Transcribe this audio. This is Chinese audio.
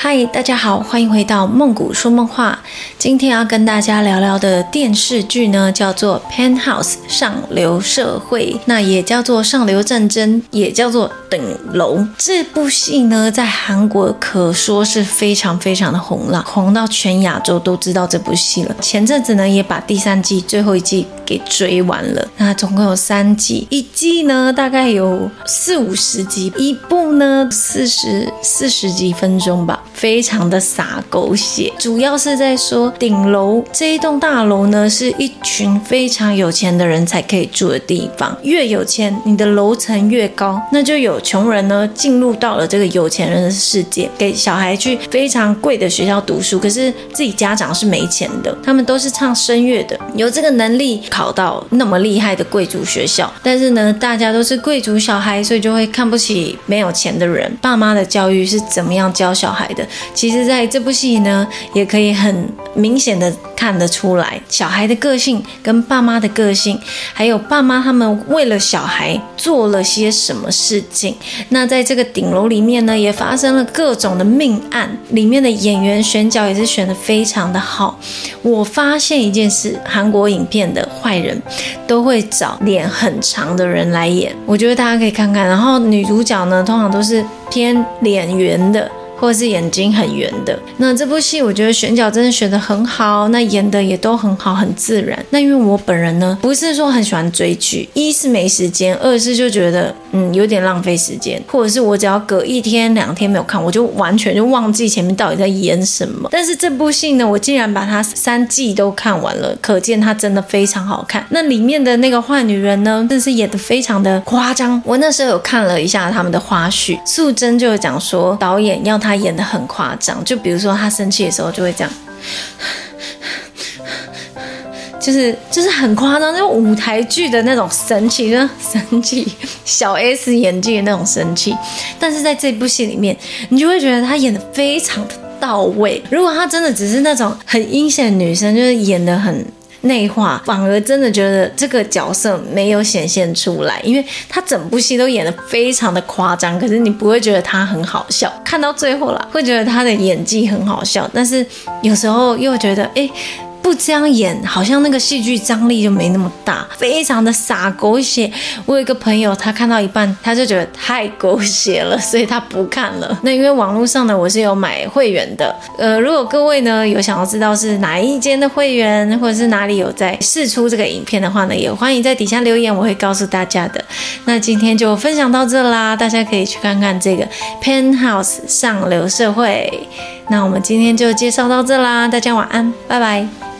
嗨，大家好，欢迎回到梦谷说梦话。今天要跟大家聊聊的电视剧呢，叫做 Penthouse 上流社会，那也叫做上流战争，也叫做顶楼。这部戏呢，在韩国可说是非常非常的红了，红到全亚洲都知道这部戏了。前阵子呢，也把第3季最后一季给追完了。那总共有3季，一季呢大概有40-50集，一部呢40几分钟吧。非常的洒狗血，主要是在说顶楼这一栋大楼呢，是一群非常有钱的人才可以住的地方。越有钱，你的楼层越高，那就有穷人呢进入到了这个有钱人的世界，给小孩去非常贵的学校读书，可是自己家长是没钱的，他们都是唱声乐的，有这个能力考到那么厉害的贵族学校，但是呢，大家都是贵族小孩，所以就会看不起没有钱的人。爸妈的教育是怎么样教小孩的？其实在这部戏呢，也可以很明显的看得出来，小孩的个性跟爸妈的个性，还有爸妈他们为了小孩做了些什么事情。那在这个顶楼里面呢，也发生了各种的命案，里面的演员选角也是选得非常的好。我发现一件事，韩国影片的坏人都会找脸很长的人来演，我觉得大家可以看看。然后女主角呢，通常都是偏脸圆的，或者是眼睛很圆的。那这部戏我觉得选角真的选得很好，那演的也都很好，很自然。那因为我本人呢，不是说很喜欢追剧，一是没时间，二是就觉得有点浪费时间，或者是我只要隔1天2天没有看，我就完全就忘记前面到底在演什么。但是这部戏呢，我竟然把它3季都看完了，可见它真的非常好看。那里面的那个坏女人呢，真的是演得非常的夸张。我那时候有看了一下他们的花絮，素贞就有讲说导演要他演得很夸张，就比如说他生气的时候就会这样，就是很夸张，就舞台剧的那种生气，就是生气小 S 演技的那种生气。但是在这部戏里面，你就会觉得他演得非常的到位。如果他真的只是那种很阴险的女生，就是演得很内化，反而真的觉得这个角色没有显现出来，因为他整部戏都演得非常的夸张，可是你不会觉得他很好笑，看到最后啦，会觉得他的演技很好笑，但是有时候又觉得不这样演，好像那个戏剧张力就没那么大，非常的洒狗血。我有一个朋友，他看到一半，他就觉得太狗血了，所以他不看了。那因为网络上呢，我是有买会员的，如果各位呢有想要知道是哪一间的会员，或者是哪里有在释出这个影片的话呢，也欢迎在底下留言，我会告诉大家的。那今天就分享到这啦，大家可以去看看这个 Penthouse 上流社会。那我们今天就介绍到这啦，大家晚安，拜拜。